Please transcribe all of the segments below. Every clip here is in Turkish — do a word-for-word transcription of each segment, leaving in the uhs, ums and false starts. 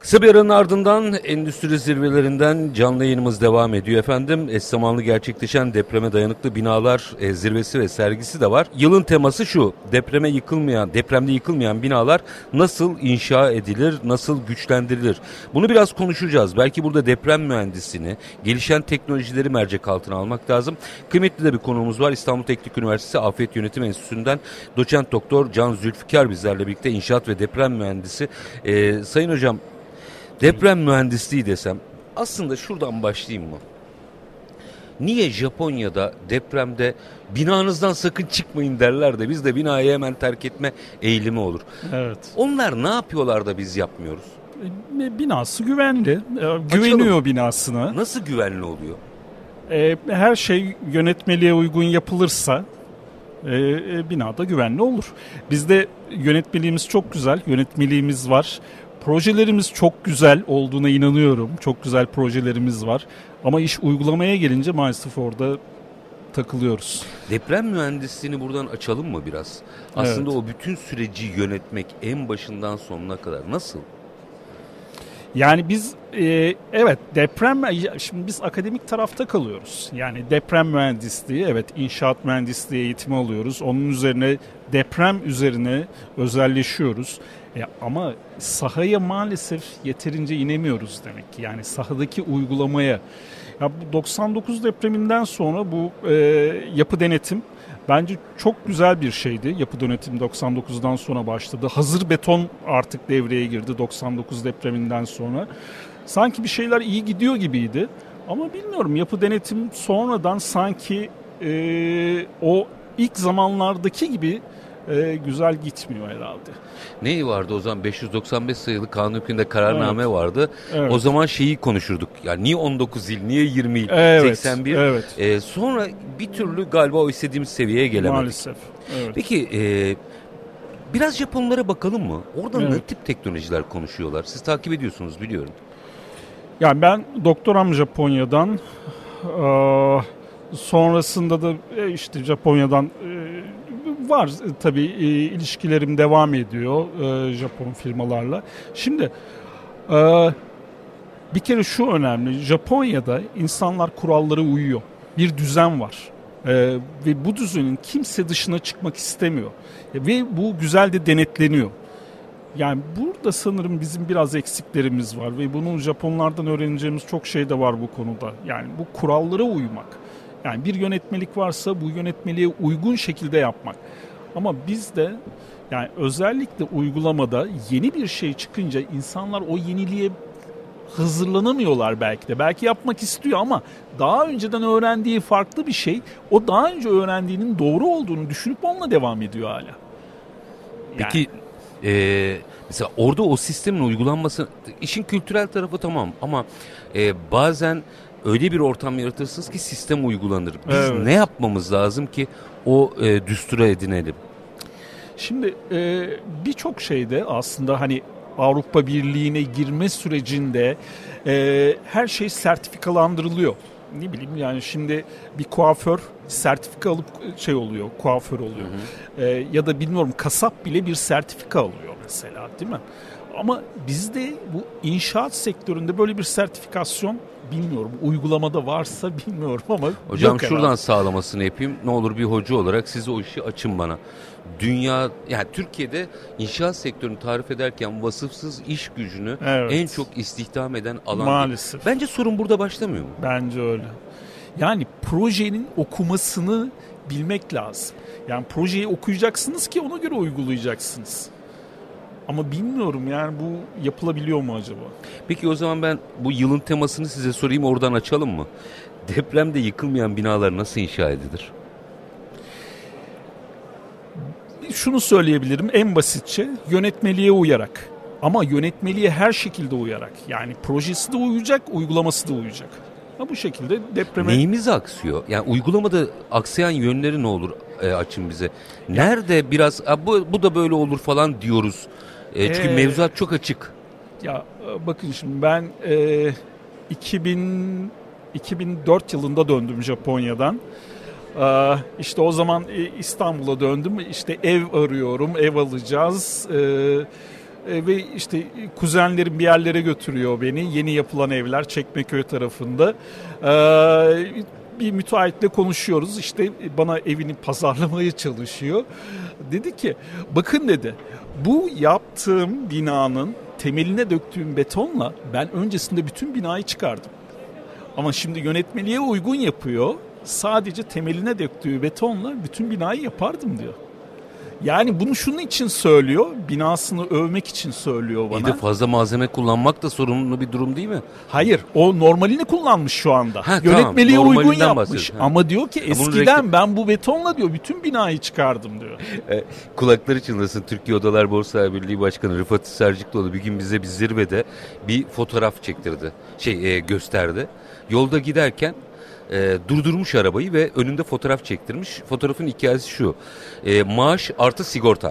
Kısa bir aranın ardından endüstri zirvelerinden canlı yayınımız devam ediyor efendim. Eş zamanlı gerçekleşen depreme dayanıklı binalar e, zirvesi ve sergisi de var. Yılın teması şu: depreme yıkılmayan, depremde yıkılmayan binalar nasıl inşa edilir, nasıl güçlendirilir? Bunu biraz konuşacağız. Belki burada deprem mühendisliğini, gelişen teknolojileri mercek altına almak lazım. Kıymetli de bir konuğumuz var. İstanbul Teknik Üniversitesi Afet Yönetim Enstitüsü'nden doçent doktor Can Zülfikar bizlerle birlikte, inşaat ve deprem mühendisi. E, sayın hocam, deprem mühendisliği desem aslında şuradan başlayayım mı? Niye Japonya'da depremde binanızdan sakın çıkmayın derler de bizde binayı hemen terk etme eğilimi olur? Evet. Onlar ne yapıyorlar da biz yapmıyoruz? Binası güvenli. Güveniyor Açalım. binasına. Nasıl güvenli oluyor? Her şey yönetmeliğe uygun yapılırsa e, binada güvenli olur. Bizde yönetmeliğimiz çok güzel. Yönetmeliğimiz var. Projelerimiz çok güzel olduğuna inanıyorum. Çok güzel projelerimiz var. Ama iş uygulamaya gelince maalesef orada takılıyoruz. Deprem mühendisliğini buradan açalım mı biraz? Aslında evet. O bütün süreci yönetmek en başından sonuna kadar nasıl? Yani biz e, evet deprem, şimdi biz akademik tarafta kalıyoruz. Yani deprem mühendisliği, evet inşaat mühendisliği eğitimi alıyoruz. Onun üzerine deprem üzerine özelleşiyoruz. E, ama sahaya maalesef yeterince inemiyoruz demek ki. Yani sahadaki uygulamaya. Ya bu doksan dokuz depreminden sonra bu e, yapı denetim bence çok güzel bir şeydi. Yapı denetim doksan dokuzdan sonra başladı. Hazır beton artık devreye girdi doksan dokuz depreminden sonra. Sanki bir şeyler iyi gidiyor gibiydi. Ama bilmiyorum, yapı denetim sonradan sanki e, o ilk zamanlardaki gibi e, güzel gitmiyor herhalde. Neyi vardı o zaman? beş yüz doksan beş sayılı kanun hükmünde kararname evet. vardı. Evet. O zaman şeyi konuşurduk. Yani niye on dokuz il, niye yirmi il, evet. seksen bir? Evet. Ee, sonra bir türlü galiba o istediğimiz seviyeye gelemedik. Maalesef. Evet. Peki e, biraz Japonlara bakalım mı? Orada evet. ne tip teknolojiler konuşuyorlar? Siz takip ediyorsunuz biliyorum. Yani ben doktoram Japonya'dan. Ee, sonrasında da işte Japonya'dan e, var tabii, e, ilişkilerim devam ediyor e, Japon firmalarla. Şimdi e, bir kere şu önemli: Japonya'da insanlar kurallara uyuyor. Bir düzen var e, ve bu düzenin kimse dışına çıkmak istemiyor e, ve bu güzel de denetleniyor. Yani burada sanırım bizim biraz eksiklerimiz var ve bunu Japonlardan öğreneceğimiz çok şey de var bu konuda. Yani bu kurallara uymak. Yani bir yönetmelik varsa bu yönetmeliğe uygun şekilde yapmak. Ama bizde yani özellikle uygulamada yeni bir şey çıkınca insanlar o yeniliğe hazırlanamıyorlar belki de. Belki yapmak istiyor ama daha önceden öğrendiği farklı bir şey. O daha önce öğrendiğinin doğru olduğunu düşünüp onunla devam ediyor hala. Yani. Peki e, mesela orada o sistemin uygulanması, işin kültürel tarafı tamam ama e, bazen öyle bir ortam yaratırsınız ki sistem uygulanır. Biz evet. ne yapmamız lazım ki o e, düstura edinelim? Şimdi e, birçok şeyde aslında hani Avrupa Birliği'ne girme sürecinde e, her şey sertifikalandırılıyor. Ne bileyim yani şimdi bir kuaför sertifika alıp şey oluyor, kuaför oluyor. Hı hı. E, ya da bilmiyorum, kasap bile bir sertifika alıyor mesela, değil mi? Ama bizde bu inşaat sektöründe böyle bir sertifikasyon, bilmiyorum, uygulamada varsa bilmiyorum ama hocam şuradan herhalde sağlamasını yapayım. Ne olur bir hoca olarak siz o işi açın bana. Dünya, yani Türkiye'de inşaat sektörünü tarif ederken vasıfsız iş gücünü evet. en çok istihdam eden alan. Maalesef. Bence sorun burada başlamıyor mu? Bence öyle. Yani projenin okumasını bilmek lazım. Yani projeyi okuyacaksınız ki ona göre uygulayacaksınız. Ama bilmiyorum yani bu yapılabiliyor mu acaba? Peki o zaman ben bu yılın temasını size sorayım, oradan açalım mı? Depremde yıkılmayan binalar nasıl inşa edilir? Şunu söyleyebilirim en basitçe: yönetmeliğe uyarak. Ama yönetmeliğe her şekilde uyarak. Yani projesi de uyacak, uygulaması da uyacak. Ha, bu şekilde depreme... Neyimiz aksıyor? Yani uygulamada aksayan yönleri ne olur e, açın bize. Nerede biraz bu, bu da böyle olur falan diyoruz. E, çünkü ee, mevzuat çok açık. Ya bakın şimdi ben e, iki bin, iki bin dört yılında döndüm Japonya'dan. Ee, işte o zaman İstanbul'a döndüm. İşte ev arıyorum, ev alacağız. Ee, E, ve işte kuzenlerim bir yerlere götürüyor beni. Yeni yapılan evler Çekmeköy tarafında. E, bir müteahhitle konuşuyoruz. İşte bana evini pazarlamaya çalışıyor. Dedi ki bakın dedi, bu yaptığım binanın temeline döktüğüm betonla ben öncesinde bütün binayı çıkardım. Ama şimdi yönetmeliğe uygun yapıyor. Sadece temeline döktüğü betonla bütün binayı yapardım diyor. Yani bunu şunun için söylüyor, binasını övmek için söylüyor bana. İyi de fazla malzeme kullanmak da sorunlu bir durum değil mi? Hayır, o normalini kullanmış şu anda. Ha, Yönetmeliğe tamam, uygun yapmış. Ha. Ama diyor ki eskiden reklam... ben bu betonla diyor bütün binayı çıkardım diyor. E, kulakları çınlasın. Türkiye Odalar Borsa Birliği Başkanı Rıfat Sarcıklıoğlu bir gün bize bir zirvede bir fotoğraf çektirdi. Şey e, gösterdi. Yolda giderken E, durdurmuş arabayı ve önünde fotoğraf çektirmiş. Fotoğrafın hikayesi şu. E, maaş artı sigorta.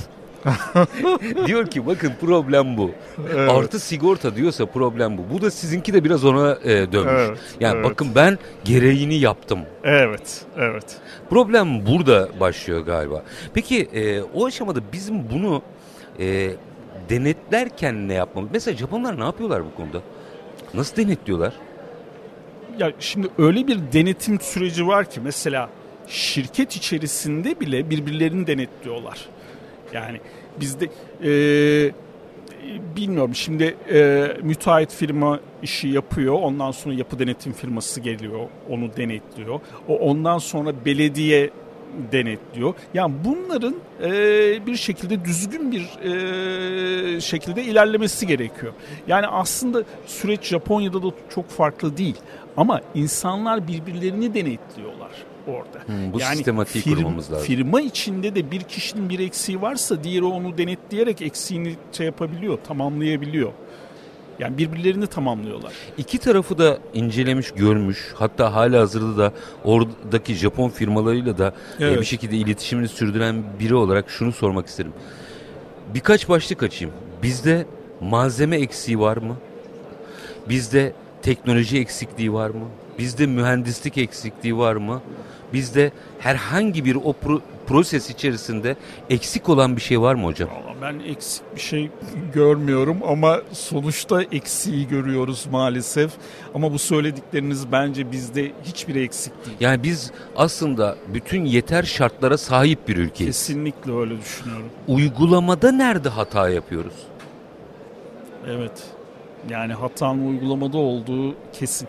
Diyor ki bakın problem bu. Evet. Artı sigorta diyorsa problem bu. Bu da sizinki de biraz ona e, dönmüş. Evet, yani evet. Bakın ben gereğini yaptım. Evet, evet. Problem burada başlıyor galiba. Peki e, o aşamada bizim bunu e, denetlerken ne yapmamız? Mesela Japonlar ne yapıyorlar bu konuda? Nasıl denetliyorlar? Ya şimdi öyle bir denetim süreci var ki mesela şirket içerisinde bile birbirlerini denetliyorlar. Yani bizde e, bilmiyorum şimdi e, müteahhit firma işi yapıyor, ondan sonra yapı denetim firması geliyor, onu denetliyor. O ondan sonra belediye denetliyor. Yani bunların e, bir şekilde düzgün bir e, şekilde ilerlemesi gerekiyor. Yani aslında süreç Japonya'da da çok farklı değil. Ama insanlar birbirlerini denetliyorlar orada. Hmm, bu yani sistematiği firm, kurmamız lazım. Firma içinde de bir kişinin bir eksiği varsa diğeri onu denetleyerek eksiğini şey yapabiliyor, tamamlayabiliyor. Yani birbirlerini tamamlıyorlar. İki tarafı da incelemiş, görmüş. Hatta halihazırda da oradaki Japon firmalarıyla da evet. bir şekilde iletişimini sürdüren biri olarak şunu sormak isterim. Birkaç başlık açayım. Bizde malzeme eksiği var mı? Bizde teknoloji eksikliği var mı? Bizde mühendislik eksikliği var mı? Bizde herhangi bir o pro- proses içerisinde eksik olan bir şey var mı hocam? Vallahi ben eksik bir şey görmüyorum ama sonuçta eksiği görüyoruz maalesef. Ama bu söyledikleriniz bence bizde hiçbir eksik değil. Yani biz aslında bütün yeter şartlara sahip bir ülkeyiz. Kesinlikle öyle düşünüyorum. Uygulamada nerede hata yapıyoruz? Evet. Yani hatanın uygulamada olduğu kesin.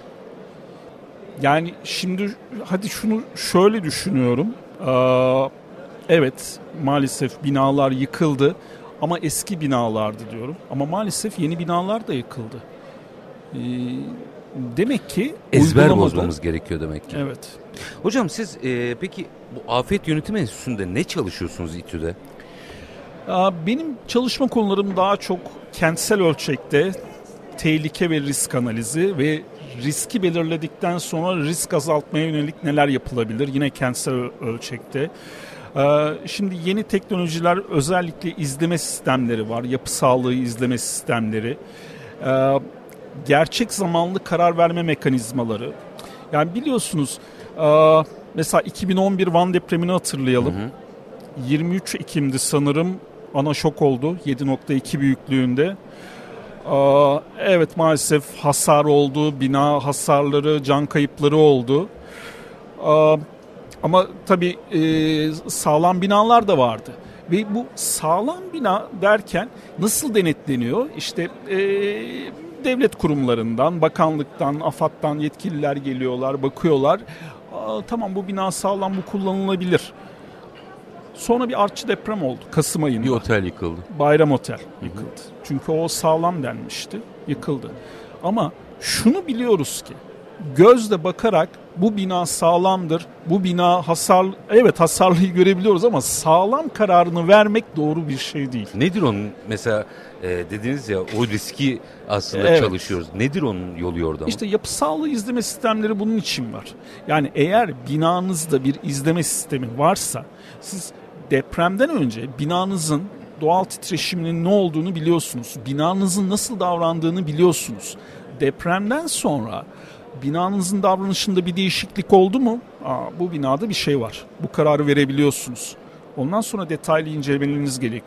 Yani şimdi hadi şunu şöyle düşünüyorum. Ee, evet maalesef binalar yıkıldı ama eski binalardı diyorum. Ama maalesef yeni binalar da yıkıldı. Ee, demek ki ezber bozmamız gerekiyor demek ki. Evet. Hocam siz e, peki bu Afet Yönetimi Enstitüsü'nde ne çalışıyorsunuz İTÜ'de? Benim çalışma konularım daha çok kentsel ölçekte tehlike ve risk analizi ve riski belirledikten sonra risk azaltmaya yönelik neler yapılabilir? Yine kentsel ölçekte. Şimdi yeni teknolojiler, özellikle izleme sistemleri var. Yapı sağlığı izleme sistemleri. Gerçek zamanlı karar verme mekanizmaları. Yani biliyorsunuz mesela iki bin on bir Van depremini hatırlayalım. Hı hı. yirmi üç Ekim'di sanırım. Ana şok oldu. yedi nokta iki büyüklüğünde. Evet maalesef hasar oldu. Bina hasarları, can kayıpları oldu. Ama tabii sağlam binalar da vardı. Ve bu sağlam bina derken nasıl denetleniyor? İşte devlet kurumlarından, bakanlıktan, AFAD'dan yetkililer geliyorlar, bakıyorlar. Tamam bu bina sağlam, bu kullanılabilir. Sonra bir artçı deprem oldu Kasım ayında. Bir otel yıkıldı. Bayram Otel yıkıldı. Hı hı. Çünkü o sağlam denmişti. Yıkıldı. Ama şunu biliyoruz ki gözle bakarak bu bina sağlamdır. Bu bina hasar, evet hasarlıyı görebiliyoruz ama sağlam kararını vermek doğru bir şey değil. Nedir onun mesela e, dediniz ya o riski aslında evet. çalışıyoruz. Nedir onun yolu yordamı? İşte yapı sağlığı izleme sistemleri bunun için var. Yani eğer binanızda bir izleme sistemi varsa siz depremden önce binanızın doğal titreşiminin ne olduğunu biliyorsunuz. Binanızın nasıl davrandığını biliyorsunuz. Depremden sonra binanızın davranışında bir değişiklik oldu mu? Aa, bu binada bir şey var. Bu kararı verebiliyorsunuz. Ondan sonra detaylı incelemeniz gerekiyor.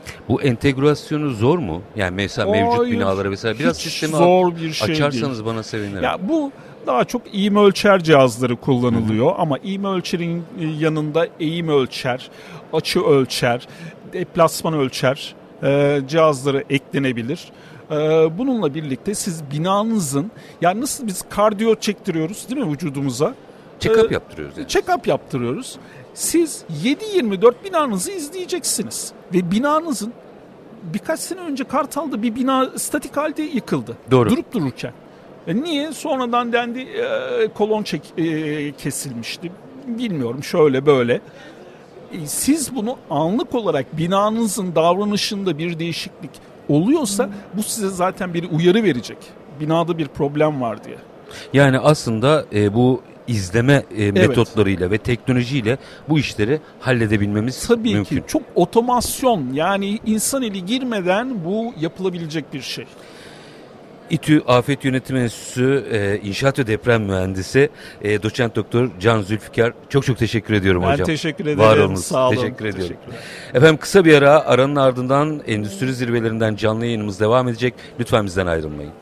Bu entegrasyonu zor mu? Yani mesela mevcut Hayır, binalara mesela biraz hiç sistemi zor bir şey açarsanız değil. bana sevinirim. Ya bu daha çok eğim ölçer cihazları kullanılıyor. Hı hı. Ama eğim ölçerin yanında eğim ölçer, açı ölçer, deplasman ölçer e, cihazları eklenebilir. E, bununla birlikte siz binanızın, yani nasıl biz kardiyo çektiriyoruz değil mi vücudumuza? Check-up e, yaptırıyoruz. Yani. Check-up yaptırıyoruz. Siz yedi yirmi dört binanızı izleyeceksiniz. Ve binanızın birkaç sene önce Kartal'da bir bina statik halde yıkıldı. Doğru. Durup dururken. E niye? Sonradan dendi e, kolon çek, e, kesilmişti. Bilmiyorum, şöyle böyle. E, siz bunu anlık olarak binanızın davranışında bir değişiklik oluyorsa bu size zaten bir uyarı verecek. Binada bir problem var diye. Yani aslında e, bu izleme e, metotlarıyla evet. ve teknolojiyle bu işleri halledebilmemiz Tabii mümkün. Tabii ki çok otomasyon, yani insan eli girmeden bu yapılabilecek bir şey. İTÜ Afet Yönetimi Enstitüsü e, İnşaat ve Deprem Mühendisi e, Doçent Doktor Can Zülfikar, çok çok teşekkür ediyorum ben hocam. Ben teşekkür ederim. Var olunuz. Sağ olun. Teşekkür ediyorum. Efendim kısa bir ara, aranın ardından endüstri zirvelerinden canlı yayınımız devam edecek. Lütfen bizden ayrılmayın.